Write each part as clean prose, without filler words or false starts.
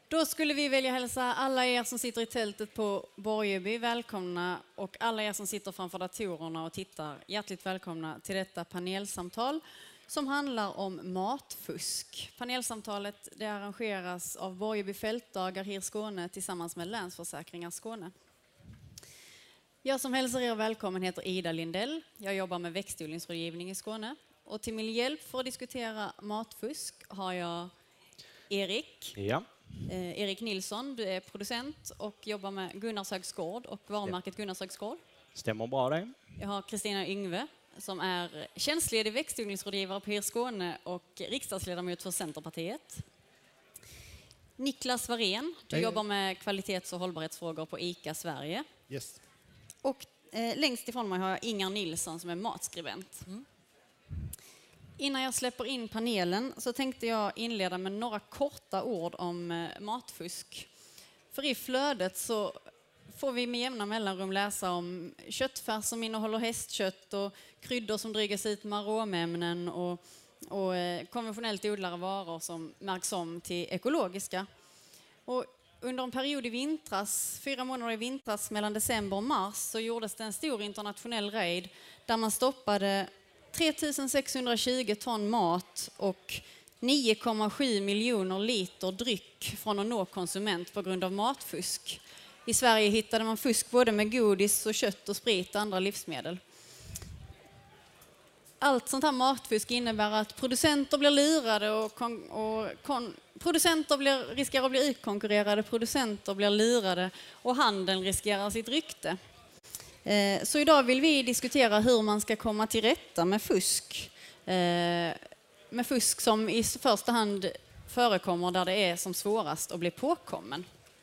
Då skulle vi vilja hälsa alla er som sitter i tältet på Borgeby välkomna och alla er som sitter framför datorerna och tittar hjärtligt välkomna till detta panelsamtal som handlar om matfusk. Panelsamtalet det arrangeras av Borgeby fältdagar här i Skåne tillsammans med Länsförsäkringar Skåne. Jag som hälsar er välkommen heter Ida Lindell. Jag jobbar med växtodlingsrådgivning i Skåne. Och till min hjälp för att diskutera matfusk har jag Erik. Ja. Erik Nilsson, du är producent och jobbar med Gunnarshögs gård och varumärket Gunnarshögs gård. Stämmer bra det. Jag har Kristina Yngve som är tjänstledig växtodlingsrådgivare på HIR Skåne och riksdagsledamot för Centerpartiet. Niklas Warén, du jobbar med kvalitets- och hållbarhetsfrågor på ICA Sverige. Yes. Och längst ifrån mig har jag Ingar Nilsson som är matskribent. Innan jag släpper in panelen så tänkte jag inleda med några korta ord om matfusk. För i flödet så får vi med jämna mellanrum läsa om köttfärs som innehåller hästkött och kryddor som drygas ut med aromämnen och konventionellt odlade varor som märks om till ekologiska. Och under en period i vintras, 4 månader i vintras mellan december och mars så gjordes det en stor internationell raid där man stoppade 3620 ton mat och 9,7 miljoner liter dryck från att nå konsument på grund av matfusk. I Sverige hittade man fusk både med godis och kött och sprit och andra livsmedel. Allt sånt här matfusk innebär att producenter blir lurade och producenter riskerar att bli utkonkurrerade, producenter blir lurade och handeln riskerar sitt rykte. Så idag vill vi diskutera hur man ska komma till rätta med fusk. Med fusk som i första hand förekommer där det är som svårast att bli påkommen.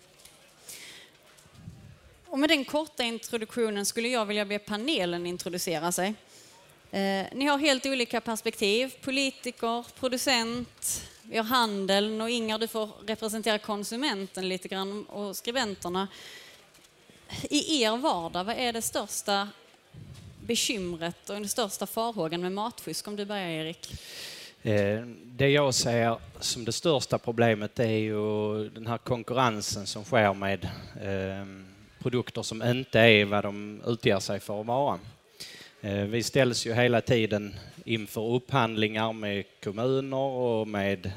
Och med den korta introduktionen skulle jag vilja be panelen introducera sig. Ni har helt olika perspektiv. Politiker, producent, vi har handeln och Ingar, du får representera konsumenten lite grann och skribenterna. I er vardag, vad är det största bekymret och den största farhågan med matfusk? Om du börjar, Erik. Det jag ser som det största problemet är ju den här konkurrensen som sker med produkter som inte är vad de utger sig för att vara. Vi ställs ju hela tiden inför upphandlingar med kommuner och med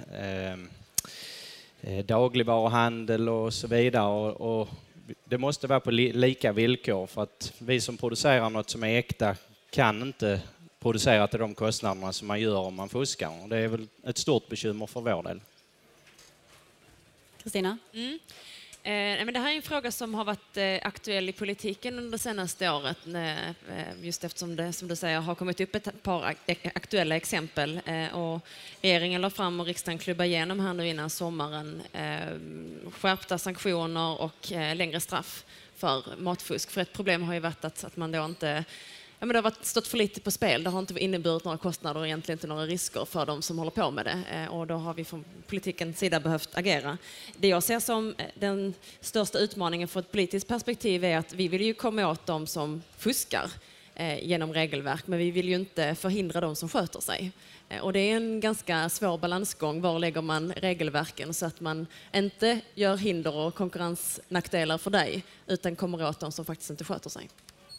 dagligvaruhandel och så vidare. Och det måste vara på lika villkor för att vi som producerar något som är äkta kan inte producera till de kostnaderna som man gör om man fuskar. Och det är väl ett stort bekymmer för vår del. Kristina? Men det här är en fråga som har varit aktuell i politiken under det senaste året. Just eftersom det, som du säger, har kommit upp ett par aktuella exempel. Och regeringen la fram och riksdagen klubbade igenom här nu innan sommaren skärpta sanktioner och längre straff för matfusk. För ett problem har ju varit att man då inte... Ja, men det har stått för lite på spel. Det har inte inneburit några kostnader och egentligen inte några risker för de som håller på med det. Och då har vi från politikens sida behövt agera. Det jag ser som den största utmaningen för ett politiskt perspektiv är att vi vill ju komma åt de som fuskar genom regelverk. Men vi vill ju inte förhindra de som sköter sig. Och det är en ganska svår balansgång. Var lägger man regelverken så att man inte gör hinder och konkurrensnackdelar för dig utan kommer åt de som faktiskt inte sköter sig.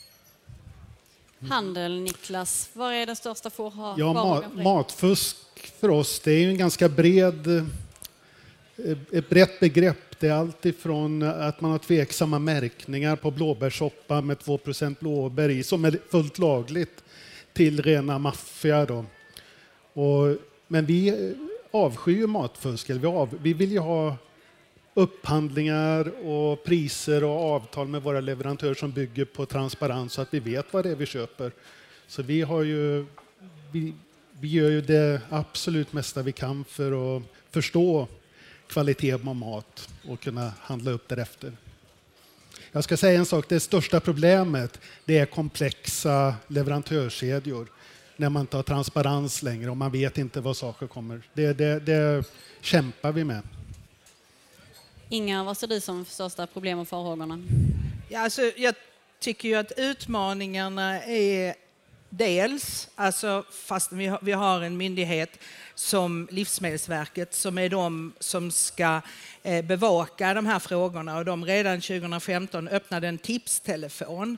Handel, Niklas. Vad är den största farhågan? Ja, matfusk för oss, det är ju en ganska ett brett begrepp. Det är allt ifrån att man har tveksamma märkningar på blåbärssoppa med 2% blåbär i som är fullt lagligt till rena maffia då. Men vi avskyr matfusk. Vi vill ju ha upphandlingar och priser och avtal med våra leverantörer som bygger på transparens så att vi vet vad det är vi köper. Så vi gör ju det absolut mesta vi kan för att förstå kvaliteten på mat och kunna handla upp därefter. Jag ska säga en sak, det största problemet det är komplexa leverantörskedjor när man inte har transparens längre och man vet inte vad saker kommer. Det kämpar vi med. Inga, vad ser du som största problem och farhågorna? Ja, alltså, jag tycker ju att utmaningarna är dels, alltså fast vi har en myndighet som Livsmedelsverket som är de som ska bevaka de här frågorna, och de redan 2015 öppnade en tipstelefon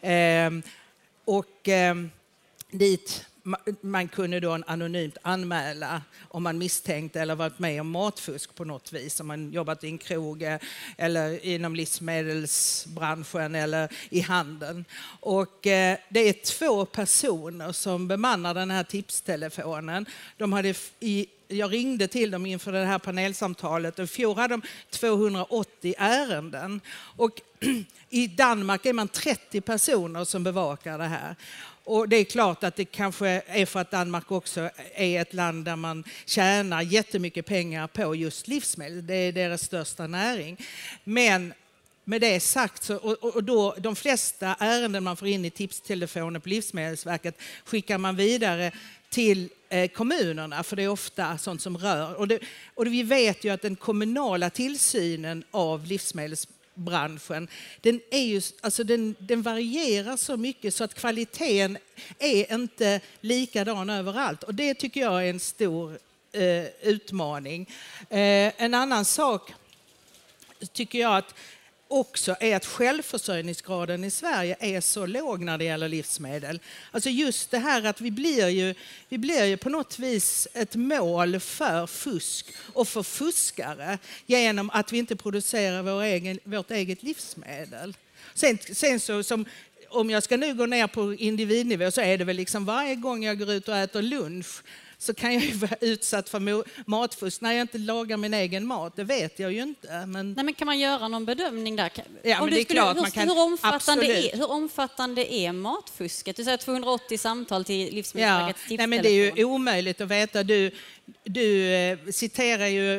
och dit man kunde då anonymt anmäla om man misstänkte eller varit med om matfusk på något vis, om man jobbat i en krog eller inom livsmedelsbranschen eller i handeln. Och det är 2 personer som bemannar den här tipstelefonen. Jag ringde till dem inför det här panelsamtalet, och i fjol hade de 280 ärenden. Och i Danmark är man 30 personer som bevakar det här. Och det är klart att det kanske är för att Danmark också är ett land där man tjänar jättemycket pengar på just livsmedel. Det är deras största näring. Men med det sagt, så, och då, de flesta ärenden man får in i tipstelefonen på Livsmedelsverket skickar man vidare till kommunerna, för det är ofta sånt som rör. Och vi vet ju att den kommunala tillsynen av livsmedelsbranschen, den varierar så mycket så att kvaliteten är inte likadan överallt. Och det tycker jag är en stor utmaning. En annan sak tycker jag att också är att självförsörjningsgraden i Sverige är så låg när det gäller livsmedel. Alltså just det här att vi blir ju på något vis ett mål för fusk och för fuskare genom att vi inte producerar vårt eget livsmedel. Sen så som om jag ska nu gå ner på individnivå, så är det väl liksom varje gång jag går ut och äter lunch så kan jag ju vara utsatt för matfusk när jag inte lagar min egen mat. Det vet jag ju inte. Men... Nej, men kan man göra någon bedömning där? Ja, men det är klart man kan. Hur omfattande är matfusket? Du säger 280 samtal till Livsmedelsverkets tipstelefon. Nej, men det är ju omöjligt att veta. Du citerar ju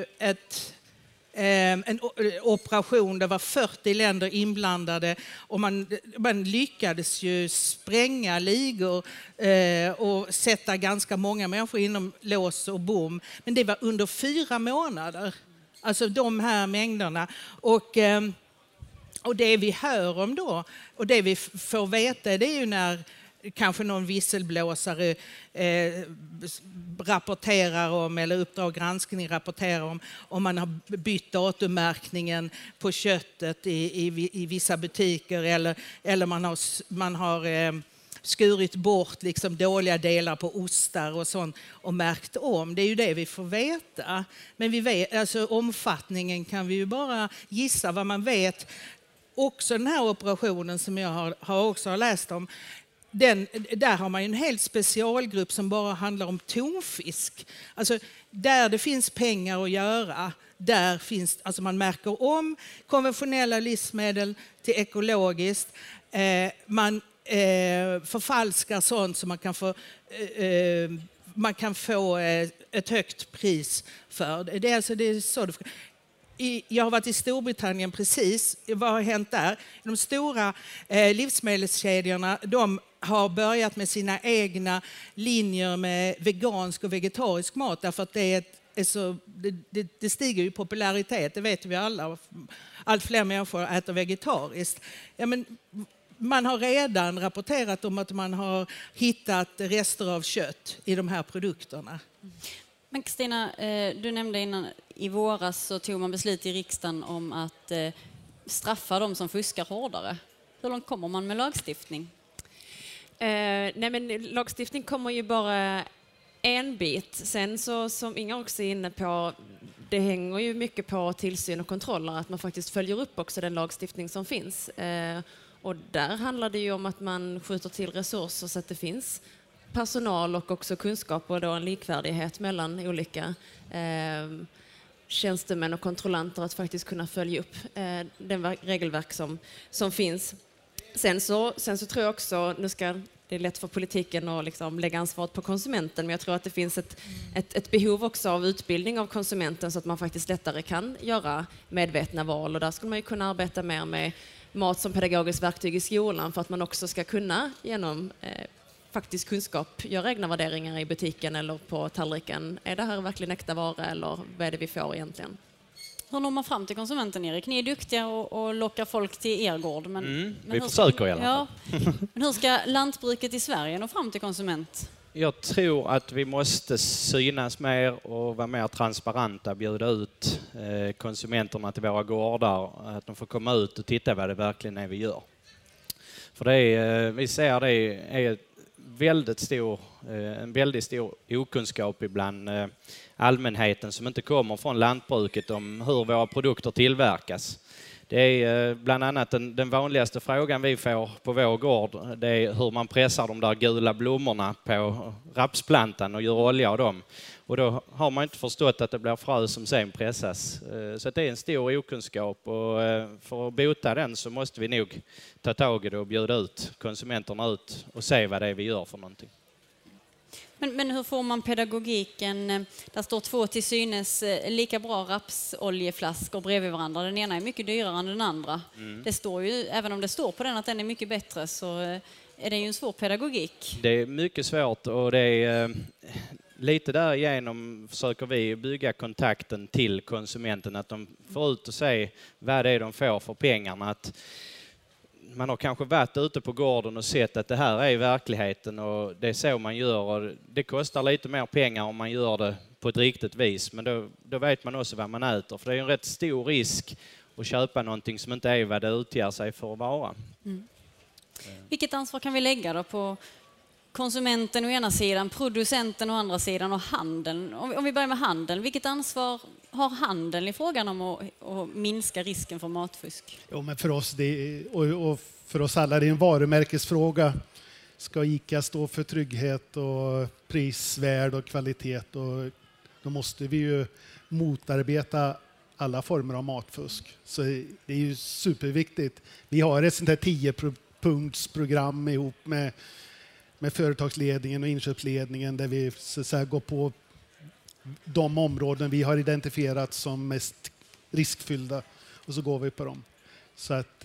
en operation, det var 40 länder inblandade, och man lyckades ju spränga ligor och sätta ganska många människor inom lås och bom. Men det var under 4 månader, alltså de här mängderna. Och det vi hör om då, och det vi får veta, det är ju när kanske någon visselblåsare rapporterar om, eller Uppdrag granskning rapporterar om man har bytt datummärkningen på köttet i vissa butiker, eller man har skurit bort liksom dåliga delar på ostar och sånt och märkt om. Det är ju det vi får veta. Men vi vet, alltså omfattningen kan vi ju bara gissa vad man vet. Också den här operationen som jag har läst om, där har man en helt specialgrupp som bara handlar om tonfisk. Alltså där det finns pengar att göra, där finns, alltså man märker om konventionella livsmedel till ekologiskt. Man förfalskar sånt som man kan få ett högt pris för. Det är så det. Jag har varit i Storbritannien precis. Vad har hänt där? De stora livsmedelskedjorna, de har börjat med sina egna linjer med vegansk och vegetarisk mat, därför att det stiger ju i popularitet, det vet vi alla. Allt fler människor äter vegetariskt. Ja, men man har redan rapporterat om att man har hittat rester av kött i de här produkterna. Men Kristina, du nämnde innan, i våras så tog man beslut i riksdagen om att straffa de som fuskar hårdare. Hur långt kommer man med lagstiftning? Nej, men lagstiftning kommer ju bara en bit. Sen så, som Inga också är inne på, det hänger ju mycket på tillsyn och kontroller, att man faktiskt följer upp också den lagstiftning som finns. Och där handlar det ju om att man skjuter till resurser så att det finns personal och också kunskap och då en likvärdighet mellan olika tjänstemän och kontrollanter att faktiskt kunna följa upp den regelverk som finns. Sen så tror jag också, det är lätt för politiken att liksom lägga ansvaret på konsumenten, men jag tror att det finns ett behov också av utbildning av konsumenten så att man faktiskt lättare kan göra medvetna val, och där skulle man ju kunna arbeta mer med mat som pedagogiskt verktyg i skolan för att man också ska kunna genom faktisk kunskap göra egna värderingar i butiken eller på tallriken. Är det här verkligen äkta vara eller vad är det vi får egentligen? Hur når man fram till konsumenten, Erik? Ni är duktiga och lockar folk till er gård. Men vi försöker i alla fall. Ja, men hur ska lantbruket i Sverige nå fram till konsument? Jag tror att vi måste synas mer och vara mer transparenta, bjuda ut konsumenterna till våra gårdar, att de får komma ut och titta vad det verkligen är vi gör. För det är, vi ser det är en väldigt stor okunskap ibland allmänheten som inte kommer från lantbruket om hur våra produkter tillverkas. Det är bland annat den vanligaste frågan vi får på vår gård. Det är hur man pressar de där gula blommorna på rapsplantan och gör olja av dem. Och då har man inte förstått att det blir frö som sen pressas. Så det är en stor okunskap och för att bota den så måste vi nog ta tag i det och bjuda ut konsumenterna ut och se vad det är vi gör för någonting. Men hur får man pedagogiken? Där står 2 till synes lika bra rapsoljeflaskor bredvid varandra. Den ena är mycket dyrare än den andra. Det står ju, även om det står på den att den är mycket bättre, så är det ju en svår pedagogik. Det är mycket svårt och det är lite därigenom försöker vi bygga kontakten till konsumenten. Att de får ut och se vad det är de får för pengarna. Att man har kanske varit ute på gården och sett att det här är verkligheten och det är så man gör. Och det kostar lite mer pengar om man gör det på ett riktigt vis. Men då vet man också vad man äter. För det är en rätt stor risk att köpa någonting som inte är vad det utger sig för att vara. Vilket ansvar kan vi lägga då på konsumenten å ena sidan, producenten å andra sidan och handeln? Om vi börjar med handeln, vilket ansvar har handeln i frågan om att minska risken för matfusk? Jo, men för oss, och för oss alla, det är en varumärkesfråga. Ska ICA stå för trygghet och prisvärd och kvalitet, och då måste vi ju motarbeta alla former av matfusk. Så det är ju superviktigt. Vi har ett sånt här 10-punktsprogram ihop med företagsledningen och inköpsledningen där vi så att säga går på de områden vi har identifierat som mest riskfyllda och så går vi på dem. Så att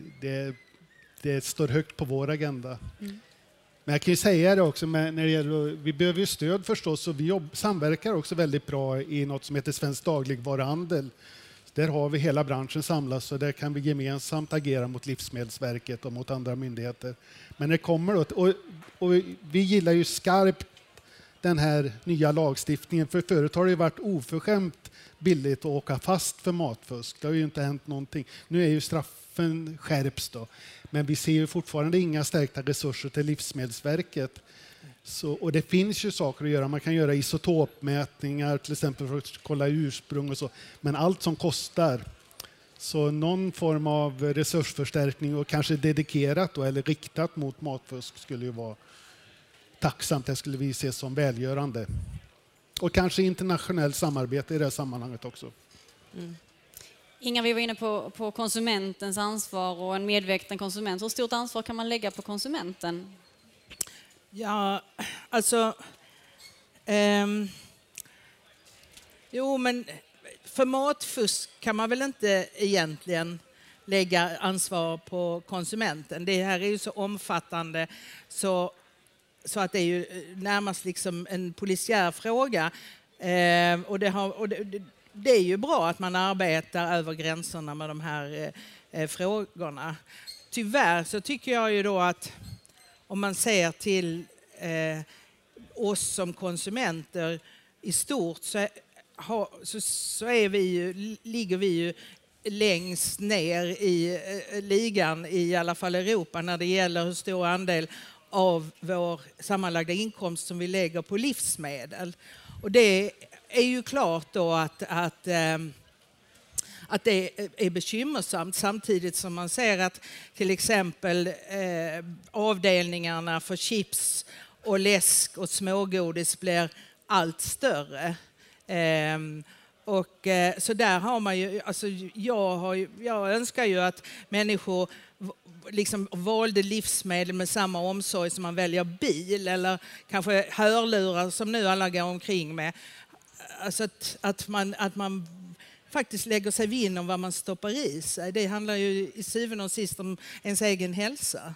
det står högt på vår agenda. Men jag kan ju säga det också, när det gäller, vi behöver ju stöd förstås, och vi samverkar också väldigt bra i något som heter Svensk dagligvaruhandel. Där har vi hela branschen samlad, så där kan vi gemensamt agera mot Livsmedelsverket och mot andra myndigheter. Men det kommer då, och vi gillar ju skarpt den här nya lagstiftningen, för förut har det varit oförskämt billigt att åka fast för matfusk. Det har ju inte hänt någonting. Nu är ju straffen skärps då, men vi ser ju fortfarande inga stärkta resurser till Livsmedelsverket. Så, och det finns ju saker att göra. Man kan göra isotopmätningar till exempel för att kolla ursprung och så. Men allt som kostar. Så någon form av resursförstärkning och kanske dedikerat då, eller riktat mot matfusk skulle ju vara tacksamt. Det skulle vi se som välgörande. Och kanske internationellt samarbete i det här sammanhanget också. Inga, vi var inne på konsumentens ansvar och en medveten konsument. Hur stort ansvar kan man lägga på konsumenten? Ja, alltså... jo, men för matfusk kan man väl inte egentligen lägga ansvar på konsumenten. Det här är ju så omfattande så att det är ju närmast liksom en polisiär fråga. Det är ju bra att man arbetar över gränserna med de här frågorna. Tyvärr så tycker jag ju då att om man ser till oss som konsumenter i stort så ligger vi ju längst ner i ligan, i alla fall Europa, när det gäller hur stor andel av vår sammanlagda inkomst som vi lägger på livsmedel. Och det är ju klart då att det är bekymmersamt, samtidigt som man ser att till exempel avdelningarna för chips och läsk och smågodis blir allt större. Så där har man ju, alltså jag önskar ju att människor liksom valde livsmedel med samma omsorg som man väljer bil eller kanske hörlurar som nu alla går omkring med. Alltså att man faktiskt lägger sig vinn om vad man stoppar i sig. Det handlar ju i syvende och sist om ens egen hälsa.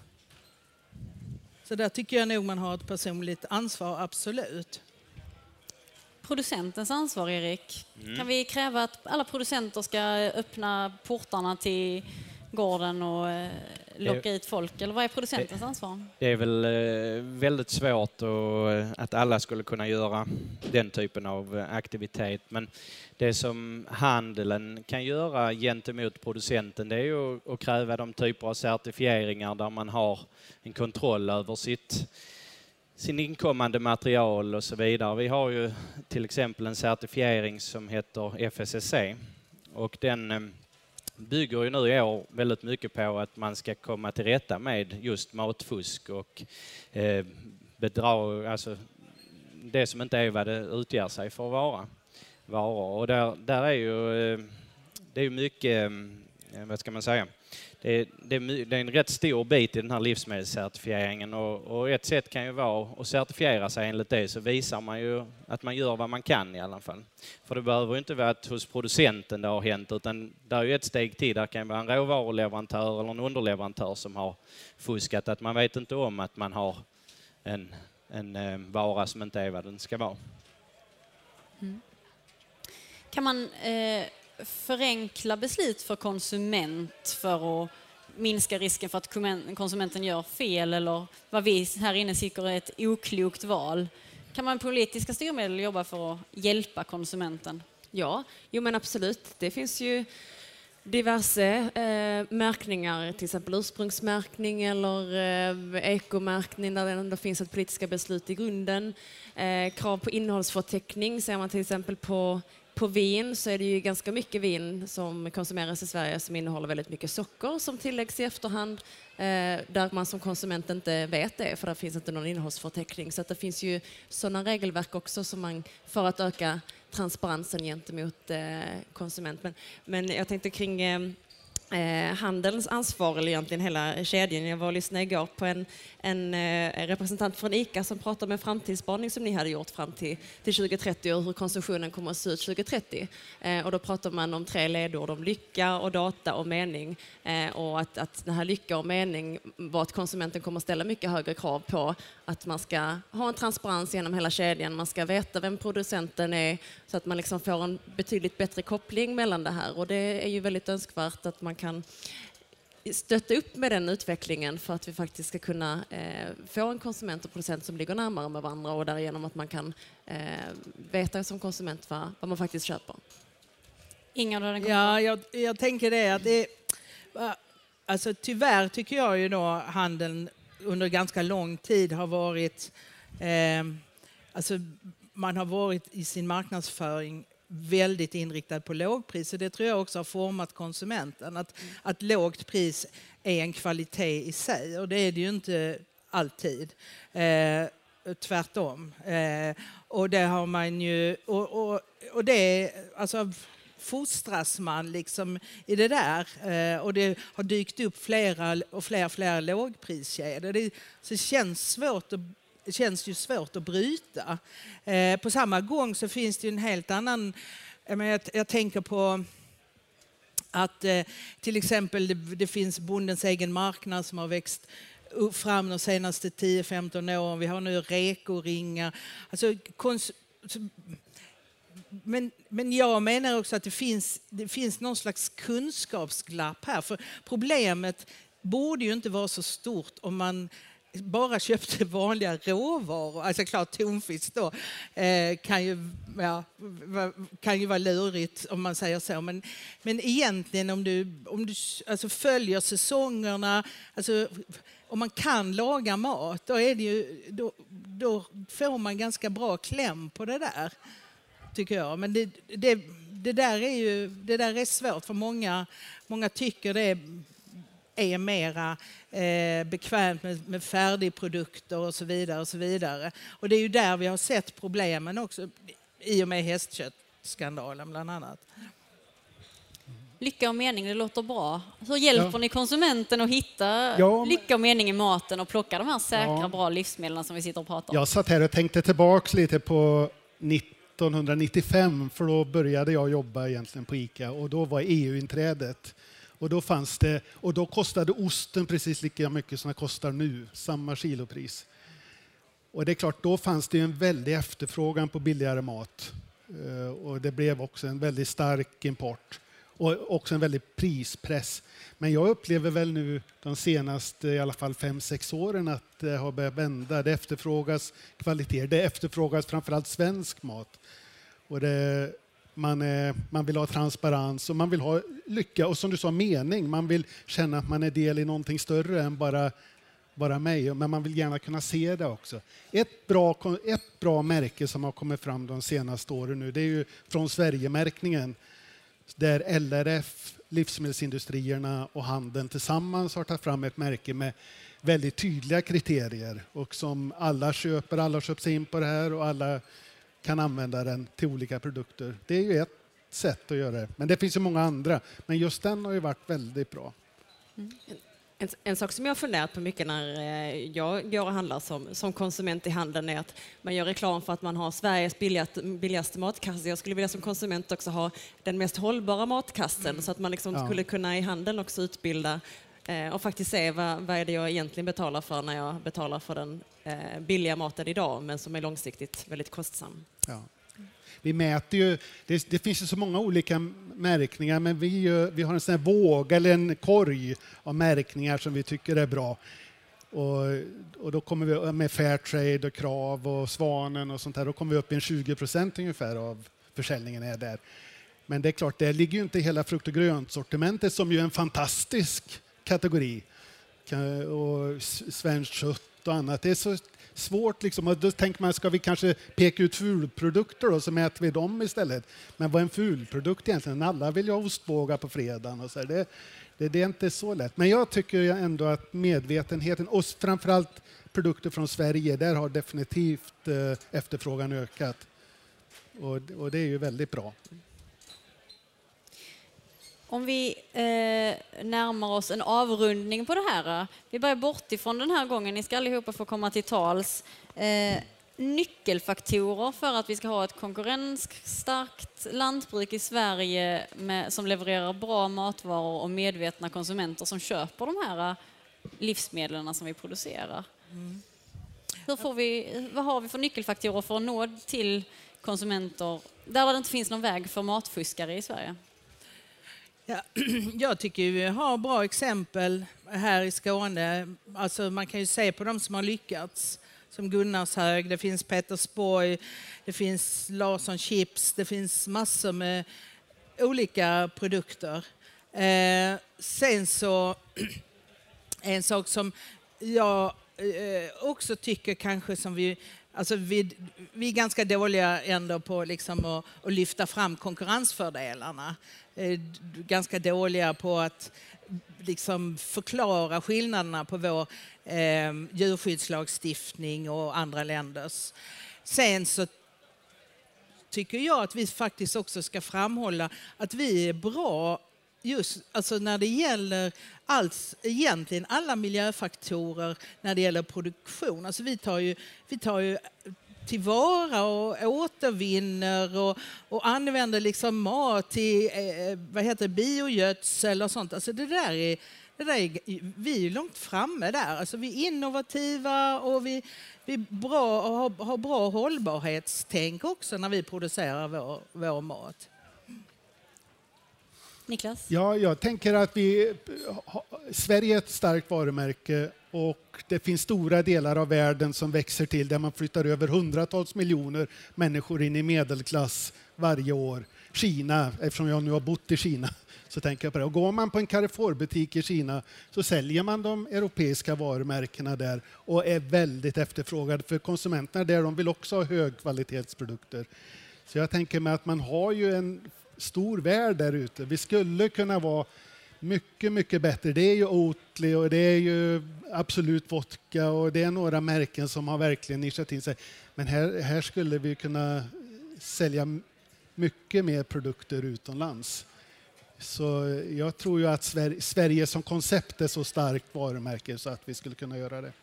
Så där tycker jag nog man har ett personligt ansvar, absolut. producentens ansvar, Erik? Kan vi kräva att alla producenter ska öppna portarna till gården och locka ut folk? Eller vad är producentens ansvar? Det är väl väldigt svårt att alla skulle kunna göra den typen av aktivitet. Men det som handeln kan göra gentemot producenten, det är ju att kräva de typer av certifieringar där man har en kontroll över sin inkommande material och så vidare. Vi har ju till exempel en certifiering som heter FSSC och den bygger ju nu i år väldigt mycket på att man ska komma till rätta med just matfusk och bedrag, alltså det som inte är vad det utger sig för att vara varor. Och där är ju det är mycket, vad ska man säga, det är en rätt stor bit i den här livsmedelscertifieringen och ett sätt kan ju vara att certifiera sig enligt det, så visar man ju att man gör vad man kan i alla fall. För det behöver ju inte vara att hos producenten det har hänt, utan det är ju ett steg till. Där kan vara en råvaruleverantör eller en underleverantör som har fuskat, att man vet inte om att man har en vara som inte är vad den ska vara. Kan man förenkla beslut för konsument för att minska risken för att konsumenten gör fel, eller vad vi här inne tycker är ett oklokt val? Kan man politiska styrmedel jobba för att hjälpa konsumenten? Ja, jo men absolut. Det finns ju diverse märkningar, till exempel ursprungsmärkning eller ekomärkning där det ändå finns ett politiska beslut i grunden. Krav på innehållsförteckning, ser man till exempel på vin, så är det ju ganska mycket vin som konsumeras i Sverige som innehåller väldigt mycket socker som tilläggs i efterhand, där man som konsument inte vet det, för det finns inte någon innehållsförteckning. Så att det finns ju sådana regelverk också som man, för att öka transparensen gentemot konsument. Men jag tänkte kring handelns ansvar, eller egentligen hela kedjan. Jag var och lyssnade igår på en representant från ICA som pratade om en framtidsspaning som ni hade gjort fram till 2030 och hur konsumtionen kommer att se ut 2030. Och då pratade man om 3 ledord, om lycka och data och mening. Och att den här lycka och mening var att konsumenten kommer att ställa mycket högre krav på att man ska ha en transparens genom hela kedjan. Man ska veta vem producenten är, så att man liksom får en betydligt bättre koppling mellan det här. Och det är ju väldigt önskvärt att man kan stötta upp med den utvecklingen för att vi faktiskt ska kunna få en konsument och producent som ligger närmare med varandra, och därigenom att man kan veta som konsument vad man faktiskt köper. Ja, jag tänker det att det alltså tyvärr tycker jag ju då handeln under ganska lång tid har varit alltså man har varit i sin marknadsföring väldigt inriktad på lågpris, och det tror jag också har format konsumenten. Att lågt pris är en kvalitet i sig, och det är det ju inte alltid. Tvärtom. Och det har man ju... Och det alltså fostras man liksom i det där. Och det har dykt upp flera lågpriskedjor. Så det känns ju svårt att bryta. På samma gång så finns det ju en helt annan... Jag tänker på att till exempel det finns Bondens egen marknad som har växt fram de senaste 10-15 åren. Vi har nu rekoringar. Alltså, men jag menar också att det finns någon slags kunskapsglapp här. För problemet borde ju inte vara så stort om man bara köpte vanliga råvaror. Alltså klart, tonfisk då kan ju vara lurigt om man säger så. Men egentligen om du alltså följer säsongerna, alltså om man kan laga mat, då är det ju, då får man ganska bra kläm på det där, tycker jag. Men det där är svårt, för många tycker det är mera bekvämt med färdigprodukter och så vidare och så vidare. Och det är ju där vi har sett problemen också, i och med hästköttskandalen bland annat. Lycka och mening, det låter bra. Hur hjälper ni konsumenten att hitta lycka och mening i maten och plocka de här säkra, bra livsmedlen som vi sitter och pratar om? Jag satt här och tänkte tillbaka lite på 1995, för då började jag jobba egentligen på ICA, och då var EU-inträdet. Och då kostade osten precis lika mycket som det kostar nu, samma kilopris. Och det är klart, då fanns det en väldig efterfrågan på billigare mat. Och det blev också en väldigt stark import. Och också en väldig prispress. Men jag upplever väl nu de senaste i alla fall 5-6 åren att det har börjat vända. Det efterfrågas kvalitet. Det efterfrågas framförallt svensk mat. Och man vill ha transparens och man vill ha lycka. Och som du sa, mening. Man vill känna att man är del i någonting större än bara mig. Men man vill gärna kunna se det också. Ett bra märke som har kommit fram de senaste åren nu, det är ju från Sverigemärkningen. Där LRF, livsmedelsindustrierna och handeln tillsammans har tagit fram ett märke med väldigt tydliga kriterier och som alla köper sig in på det här och alla kan använda den till olika produkter. Det är ju ett sätt att göra det, men det finns ju många andra. Men just den har ju varit väldigt bra. En sak som jag har funderat på mycket när jag går och handlar som konsument i handeln är att man gör reklam för att man har Sveriges billigaste matkasse. Jag skulle vilja som konsument också ha den mest hållbara matkassen så att man liksom skulle kunna i handeln också utbilda och faktiskt se vad är det jag egentligen betalar för när jag betalar för den billiga maten idag men som är långsiktigt väldigt kostsam. Ja. Vi mäter ju, det finns ju så många olika märkningar, men vi har en sån här våg eller en korg av märkningar som vi tycker är bra. Och då kommer vi med Fairtrade och Krav och Svanen och sånt där. Då kommer vi upp i 20% ungefär av försäljningen är där. Men det är klart, det ligger ju inte hela frukt- och grönsortimentet som ju är en fantastisk kategori. Och svenskt kött och annat. Det är så svårt liksom. Och då tänker man, ska vi kanske peka ut fulprodukter då, så mäter vi dem istället. Men vad är en fulprodukt egentligen? Alla vill ju ha ostbågar på fredagen och så här. Det är inte så lätt. Men jag tycker ändå att medvetenheten, och framförallt produkter från Sverige, där har definitivt efterfrågan ökat. Och det är ju väldigt bra. Om vi närmar oss en avrundning på det här. Vi börjar bort ifrån den här gången. Ni ska allihopa få komma till tals. Nyckelfaktorer för att vi ska ha ett konkurrensstarkt lantbruk i Sverige som levererar bra matvaror och medvetna konsumenter som köper de här livsmedlen som vi producerar. Vad har vi för nyckelfaktorer för att nå till konsumenter där det inte finns någon väg för matfuskare i Sverige? Ja, jag tycker vi har bra exempel här i Skåne. Alltså man kan ju se på de som har lyckats. Som Gunnarshög, det finns Petersborg, det finns Larsson Chips, det finns massor med olika produkter. Sen så en sak som jag också tycker kanske som vi är ganska dåliga ändå på liksom att lyfta fram konkurrensfördelarna. Ganska dåliga på att liksom förklara skillnaderna på vår djurskyddslagstiftning och andra länders. Sen så tycker jag att vi faktiskt också ska framhålla att vi är bra just alltså när det gäller egentligen alla miljöfaktorer när det gäller produktion. Alltså vi tar ju tillvara och återvinner och använder liksom mat till biogödsel och sånt. Alltså det där är, vi är långt framme där. Alltså vi är innovativa och vi är bra och har bra hållbarhetstänk också när vi producerar vår mat. Niklas? Ja, jag tänker att Sverige är ett starkt varumärke och det finns stora delar av världen som växer till där man flyttar över hundratals miljoner människor in i medelklass varje år. Kina, eftersom jag nu har bott i Kina, så tänker jag på det. Och går man på en Carrefour-butik i Kina så säljer man de europeiska varumärkena där och är väldigt efterfrågade för konsumenterna där. De vill också ha högkvalitetsprodukter. Så jag tänker mig att man har ju en stor värld där ute. Vi skulle kunna vara mycket, mycket bättre. Det är ju Oatly och det är ju Absolut Vodka och det är några märken som har verkligen nischat in sig. Men här skulle vi kunna sälja mycket mer produkter utomlands. Så jag tror ju att Sverige som koncept är så starkt varumärke så att vi skulle kunna göra det.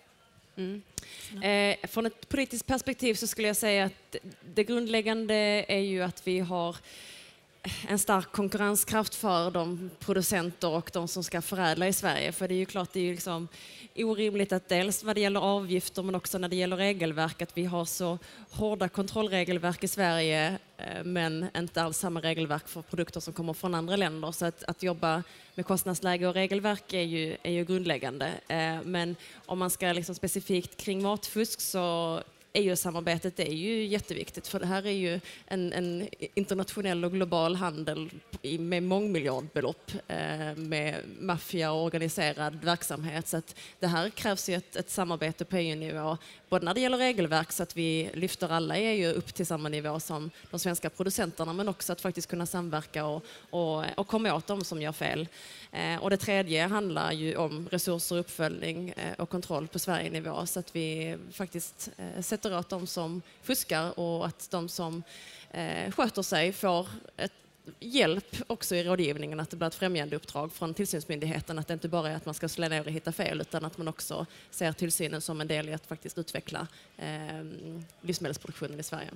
Från ett politiskt perspektiv så skulle jag säga att det grundläggande är ju att vi har en stark konkurrenskraft för de producenter och de som ska förädla i Sverige. För det är ju klart, det är ju liksom orimligt att dels vad det gäller avgifter men också när det gäller regelverk att vi har så hårda kontrollregelverk i Sverige men inte alls samma regelverk för produkter som kommer från andra länder. Så att jobba med kostnadsläge och regelverk är ju grundläggande. Men om man ska liksom specifikt kring matfusk så EU-samarbetet är ju jätteviktigt för det här är ju en internationell och global handel med mångmiljardbelopp med maffia och organiserad verksamhet. Så att det här krävs ju ett samarbete på EU-nivå både när det gäller regelverk så att vi lyfter alla i EU upp till samma nivå som de svenska producenterna men också att faktiskt kunna samverka och komma åt dem som gör fel. Och det tredje handlar ju om resurser, uppföljning och kontroll på Sverige-nivå så att vi faktiskt sätter åt de som fuskar och att de som sköter sig får hjälp också i rådgivningen, att det blir ett främjande uppdrag från tillsynsmyndigheten, att det inte bara är att man ska slå ner och hitta fel utan att man också ser tillsynen som en del i att faktiskt utveckla livsmedelsproduktionen i Sverige.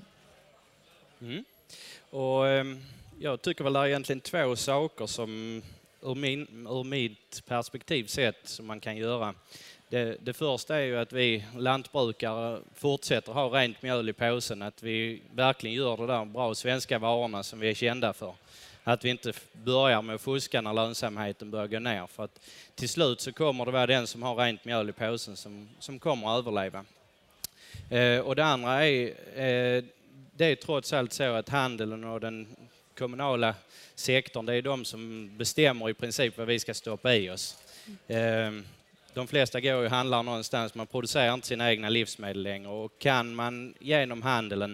Och jag tycker väl det är egentligen två saker som ur mitt perspektiv sett som man kan göra. Det första är ju att vi lantbrukare fortsätter ha rent mjöl i påsen, att vi verkligen gör det där bra svenska varorna som vi är kända för. Att vi inte börjar med att fuska när lönsamheten börjar gå ner, för att till slut så kommer det vara den som har rent mjöl i påsen som kommer att överleva. Och det andra är, det är trots allt så att handeln och den kommunala sektorn, det är de som bestämmer i princip vad vi ska stoppa i oss. De flesta går och handlar någonstans, man producerar inte sina egna livsmedel längre och kan man genom handeln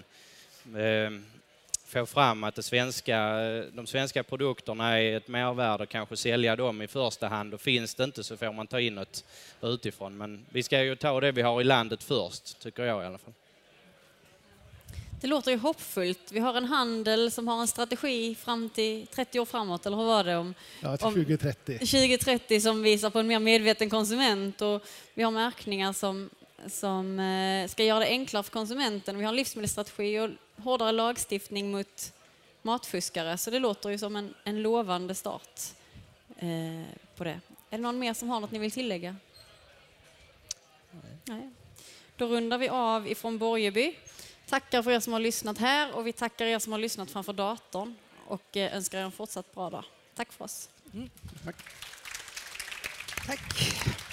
få fram att de svenska produkterna är ett mervärde och kanske sälja dem i första hand och finns det inte så får man ta in något utifrån. Men vi ska ju ta det vi har i landet först, tycker jag i alla fall. Det låter ju hoppfullt. Vi har en handel som har en strategi fram till 30 år framåt, eller hur var det? Ja, till 2030. 2030 som visar på en mer medveten konsument och vi har märkningar som ska göra det enklare för konsumenten. Vi har en livsmedelsstrategi och hårdare lagstiftning mot matfuskare. Så det låter ju som en lovande start på det. Är det någon mer som har något ni vill tillägga? Nej. Då rundar vi av ifrån Borgeby. Tackar för er som har lyssnat här och vi tackar er som har lyssnat framför datorn och önskar er en fortsatt bra dag. Tack för oss. Tack.